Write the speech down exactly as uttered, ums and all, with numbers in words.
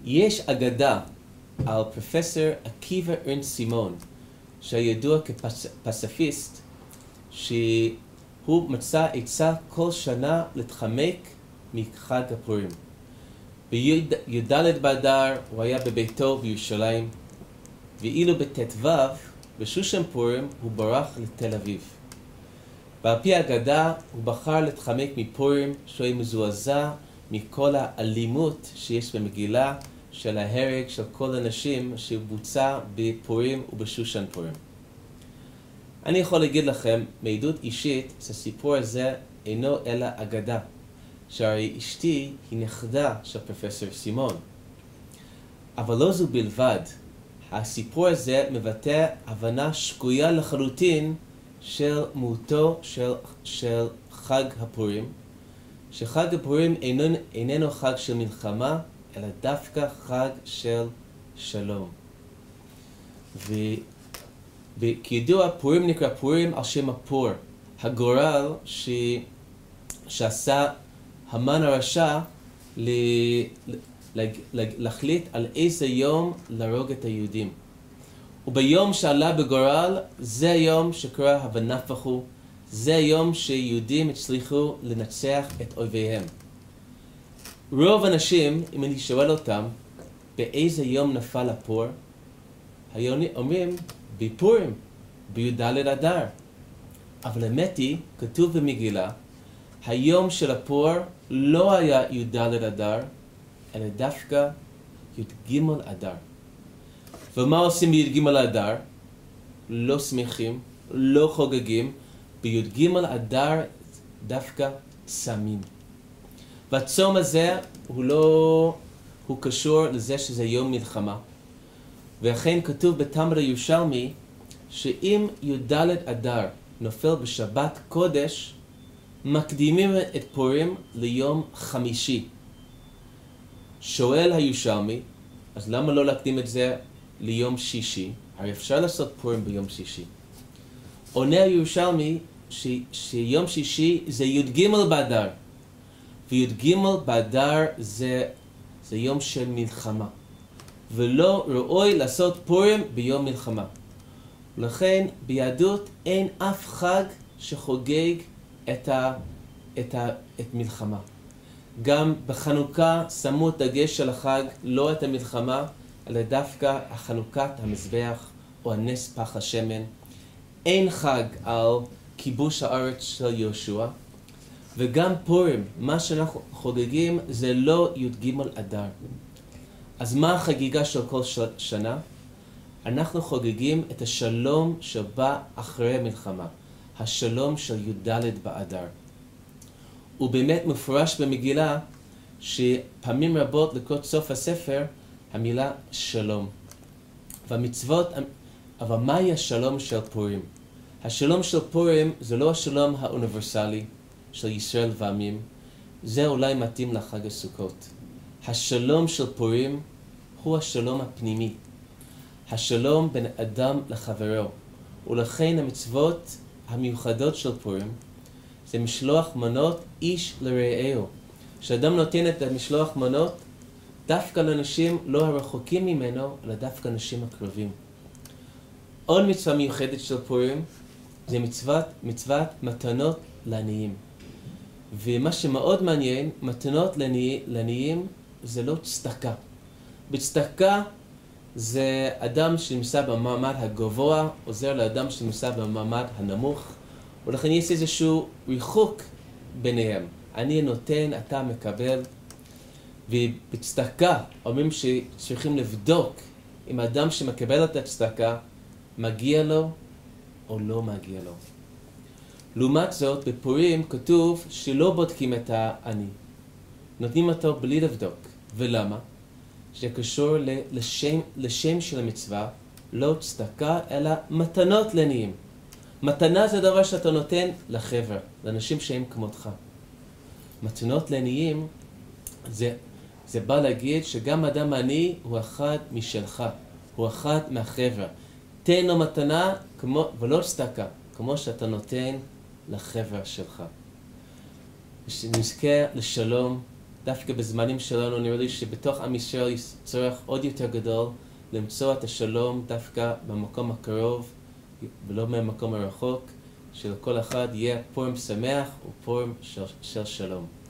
יש אגדה על פרופסור עקיבא ארנסט סימון, שידוע כפציפיסט, שהוא מצא עצה כל שנה להתחמק מחג הפורים. בי"ד באדר הוא היה בביתו בירושלים, ואילו בט"ו, בשושן פורים, הוא ברח לתל אביב. ועל פי האגדה הוא בחר להתחמק מפורים, שהוא היה מזועזע מכל האלימות שיש במגילה של ההרג של כל הנשים שבוצע בפורים ובשושן פורים. אני יכול להגיד לכם, מעדות אישית, שהסיפור הזה אינו אלא אגדה, שהרי אשתי היא נכדה של פרופסור סימון. אבל לא זו בלבד, הסיפור הזה מבטא הבנה שגויה לחלוטין של מהותו של, של חג הפורים, שחג הפורים איננו, איננו חג של מלחמה, אלא דווקא חג של שלום. וכידוע, פורים נקרא פורים על שם הפור, הגורל ש... שעשה המן הרשע ל... ל... להחליט על איזה יום להרוג את היהודים. וביום שעלה בגורל, זה היום שקרא ונפחו, זה היום שיהודים הצליחו לנצח את אויביהם. רוב האנשים, אם אני שואל אותם, באיזה יום נפל הפור, היו אומרים, בפורים, בי"ד אדר. אבל האמת היא, כתוב במגילה, היום של הפור לא היה י"ד אדר, אלא דווקא י"ג אדר. ומה עושים בי"ג אדר? לא שמחים, לא חוגגים, בי"ג אדר דווקא צמים. והצום הזה הוא לא, הוא קשור לזה שזה יום מלחמה. ואכן כתוב בתלמוד הירושלמי, שאם י"ד אדר נופל בשבת קודש, מקדימים את פורים ליום חמישי. שואל הירושלמי, אז למה לא להקדים את זה ליום שישי? הרי אפשר לעשות פורים ביום שישי. עונה הירושלמי ש... שיום שישי זה י"ג באדר. וי"ג באדר זה, זה יום של מלחמה. ולא ראוי לעשות פורים ביום מלחמה. ולכן ביהדות אין אף חג שחוגג את, ה, את, ה, את מלחמה. גם בחנוכה שמו דגש של החג לא את המלחמה, אלא דווקא חנוכת המזבח או הנס פח השמן. אין חג על כיבוש הארץ של יהושע. וגם פורים, מה שאנחנו חוגגים זה לא י"ג אדר. אז מה החגיגה של כל שנה? אנחנו חוגגים את השלום שבא אחרי המלחמה. השלום של י"ד באדר. ובאמת מפורש במגילה שפעמים רבות לקראת סוף הספר המילה שלום. והמצוות, אבל מהי השלום של פורים? השלום של פורים זה לא השלום האוניברסלי של ישראל ועמים, זה אולי מתאים לחג הסוכות. השלום של פורים הוא השלום הפנימי, השלום בין אדם לחברו, ולכן המצוות המיוחדות של פורים זה משלוח מנות איש לרעהו. כשאדם נותן את המשלוח מנות דווקא לאנשים לא הרחוקים ממנו, אלא דווקא אנשים הקרובים. עוד מצווה מיוחדת של פורים זה מצוות, מצוות מתנות לעניים. ומה שמאוד מעניין, מתנות לעניים זה לא צדקה. בצדקה זה אדם שנמצא במעמד הגבוה, עוזר לאדם שנמצא במעמד הנמוך, ולכן יש איזשהו ריחוק ביניהם. אני נותן, אתה מקבל. ובצדקה אומרים שצריכים לבדוק אם האדם שמקבל את הצדקה מגיע לו או לא מגיע לו. לעומת זאת, בפורים כתוב שלא בודקים את העני. נותנים אותו בלי לבדוק. ולמה? זה קשור לשם, לשם של המצווה, לא צדקה, אלא מתנות לעניים. מתנה זה דבר שאתה נותן לחבר, לאנשים שהם כמותך. מתנות לעניים, זה, זה בא להגיד שגם אדם עני הוא אחד משלך, הוא אחד מהחבר. תן לו מתנה כמו, ולא צדקה, כמו שאתה נותן לחבר שלך. שנזכה לשלום דווקא בזמנים שלנו נראה לי שבתוך עם ישראל יש צורך עוד יותר גדול למצוא את השלום דווקא במקום הקרוב ולא מהמקום הרחוק, שלכל אחד יהיה פורים שמח ופורים של, של שלום.